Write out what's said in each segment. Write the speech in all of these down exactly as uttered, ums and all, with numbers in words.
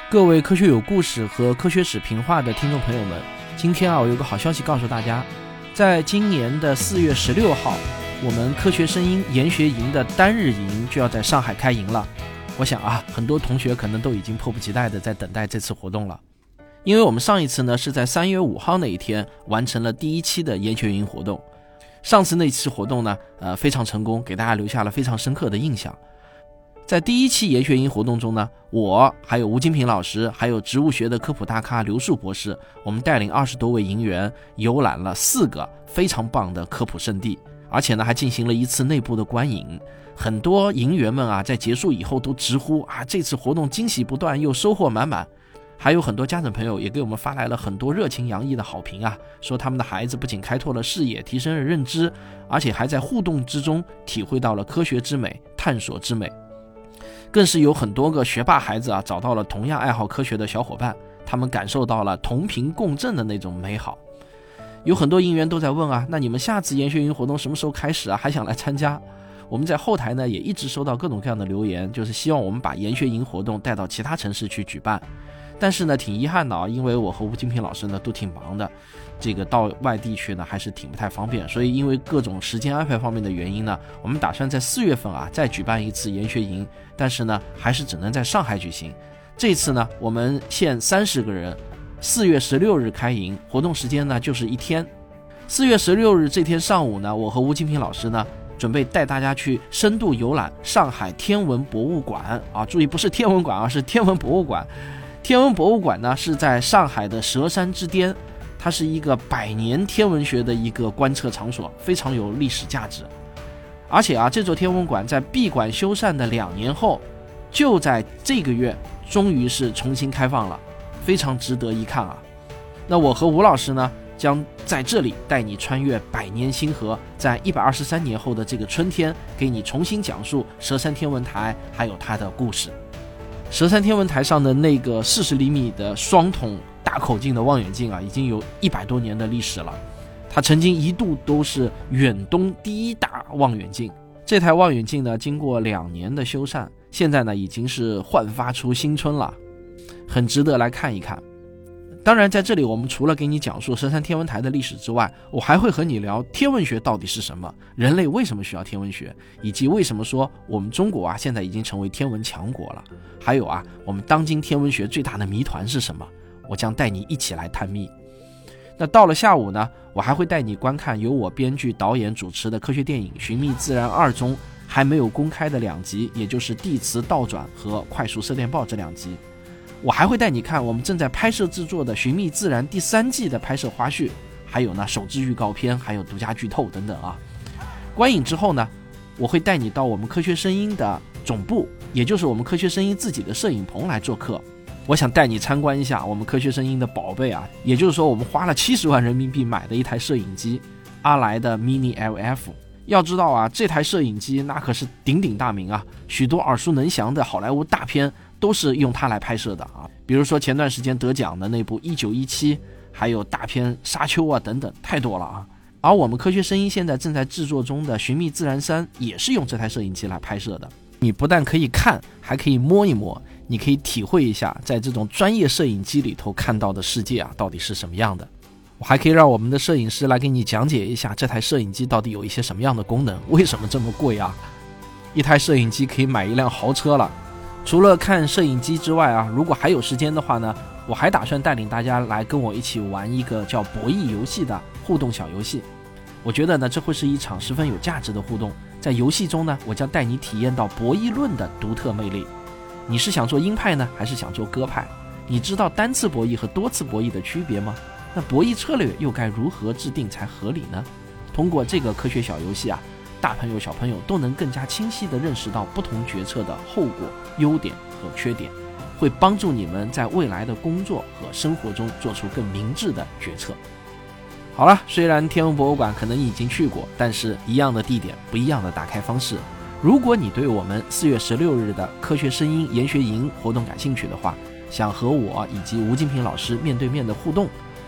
各位科学有故事和科学史评话的听众朋友们，今天啊，我有个好消息告诉大家，在今年的四月十六号，我们科学声音研学营的单日营就要在上海开营了。我想啊，很多同学可能都已经迫不及待的在等待这次活动了，因为我们上一次呢是在三月五号那一天完成了第一期的研学营活动。上次那期活动呢，呃，非常成功，给大家留下了非常深刻的印象。在第一期研学营活动中呢，我还有吴金平老师，还有植物学的科普大咖刘树博士，我们带领二十多位营员游览了四个非常棒的科普胜地，而且呢还进行了一次内部的观影。很多营员们啊，在结束以后都直呼啊，这次活动惊喜不断，又收获满满。还有很多家长朋友也给我们发来了很多热情洋溢的好评啊，说他们的孩子不仅开拓了视野，提升了认知，而且还在互动之中体会到了科学之美，探索之美。更是有很多个学霸孩子啊，找到了同样爱好科学的小伙伴，他们感受到了同频共振的那种美好。有很多营员都在问啊，那你们下次研学营活动什么时候开始啊？还想来参加？我们在后台呢也一直收到各种各样的留言，就是希望我们把研学营活动带到其他城市去举办。但是呢挺遗憾的啊，因为我和吴金平老师呢都挺忙的，这个到外地去呢还是挺不太方便，所以因为各种时间安排方面的原因呢，我们打算在四月份啊再举办一次研学营，但是呢还是只能在上海举行。这次呢我们限三十个人，四月十六日开营，活动时间呢就是一天。四月十六日这天上午呢，我和吴金平老师呢准备带大家去深度游览上海天文博物馆啊，注意不是天文馆啊，是天文博物馆。天文博物馆呢是在上海的佘山之巅，它是一个百年天文学的一个观测场所，非常有历史价值。而且啊，这座天文馆在闭馆修缮的两年后，就在这个月终于是重新开放了，非常值得一看啊。那我和吴老师呢将在这里带你穿越百年星河，在一百二十三年后的这个春天，给你重新讲述佘山天文台还有它的故事。佘山天文台上的那个四十厘米的双筒大口径的望远镜啊，已经有一百多年的历史了。它曾经一度都是远东第一大望远镜。这台望远镜呢，经过两年的修缮，现在呢已经是焕发出新春了，很值得来看一看。当然在这里我们除了给你讲述佘山天文台的历史之外，我还会和你聊天文学到底是什么，人类为什么需要天文学，以及为什么说我们中国啊现在已经成为天文强国了。还有啊，我们当今天文学最大的谜团是什么，我将带你一起来探秘。那到了下午呢，我还会带你观看由我编剧导演主持的科学电影《寻觅自然二》中还没有公开的两集，也就是地磁倒转和快速射电暴这两集。我还会带你看我们正在拍摄制作的《寻觅自然》第三季的拍摄花絮，还有呢首支预告片，还有独家剧透等等啊。观影之后呢，我会带你到我们科学声音的总部，也就是我们科学声音自己的摄影棚来做客。我想带你参观一下我们科学声音的宝贝啊，也就是说我们花了七十万人民币买的一台摄影机，阿莱的 Mini L F。要知道啊，这台摄影机那可是鼎鼎大名啊，许多耳熟能详的好莱坞大片都是用它来拍摄的啊，比如说前段时间得奖的那部一九一七，还有大片沙丘啊等等，太多了啊。而我们科学声音现在正在制作中的《寻觅自然三》也是用这台摄影机来拍摄的。你不但可以看，还可以摸一摸，你可以体会一下在这种专业摄影机里头看到的世界啊到底是什么样的。我还可以让我们的摄影师来给你讲解一下这台摄影机到底有一些什么样的功能，为什么这么贵啊。一台摄影机可以买一辆豪车了。除了看摄影机之外啊，如果还有时间的话呢，我还打算带领大家来跟我一起玩一个叫博弈游戏的互动小游戏。我觉得呢，这会是一场十分有价值的互动。在游戏中呢，我将带你体验到博弈论的独特魅力。你是想做鹰派呢，还是想做鸽派？你知道单次博弈和多次博弈的区别吗？那博弈策略又该如何制定才合理呢？通过这个科学小游戏啊，大朋友小朋友都能更加清晰地认识到不同决策的后果、优点和缺点，会帮助你们在未来的工作和生活中做出更明智的决策。好了，虽然天文博物馆可能已经去过，但是一样的地点，不一样的打开方式。如果你对我们四月十六日的科学声音研学营活动感兴趣的话，想和我以及吴金平老师面对面的互动，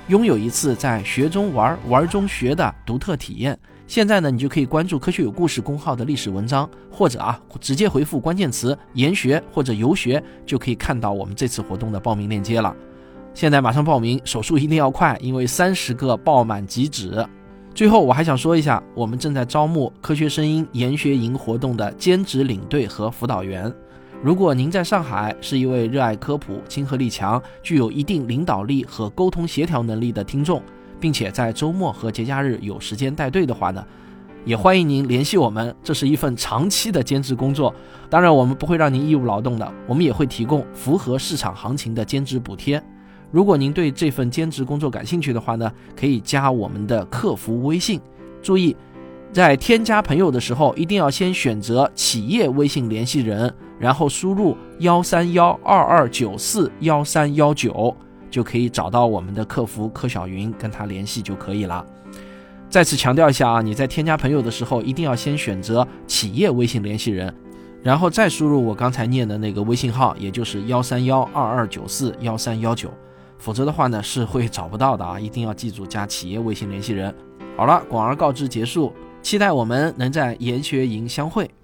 拥有一次在学中玩玩中学的独特体验。现在呢，你就可以关注科学有故事公号的历史文章，或者啊直接回复关键词研学或者游学，就可以看到我们这次活动的报名链接了。现在马上报名，手速一定要快，因为三十个爆满即止。最后我还想说一下，我们正在招募科学声音研学营活动的兼职领队和辅导员。如果您在上海是一位热爱科普、亲和力强、具有一定领导力和沟通协调能力的听众，并且在周末和节假日有时间带队的话呢，也欢迎您联系我们。这是一份长期的兼职工作，当然我们不会让您义务劳动的，我们也会提供符合市场行情的兼职补贴。如果您对这份兼职工作感兴趣的话呢，可以加我们的客服微信。注意，在添加朋友的时候，一定要先选择企业微信联系人，然后输入一三一二二九四一三一九，就可以找到我们的客服柯小云，跟他联系就可以了。再次强调一下啊，你在添加朋友的时候，一定要先选择企业微信联系人，然后再输入我刚才念的那个微信号，也就是一三一二二九四一三一九，否则的话呢是会找不到的啊，一定要记住加企业微信联系人。好了，广而告之结束，期待我们能在研学营相会。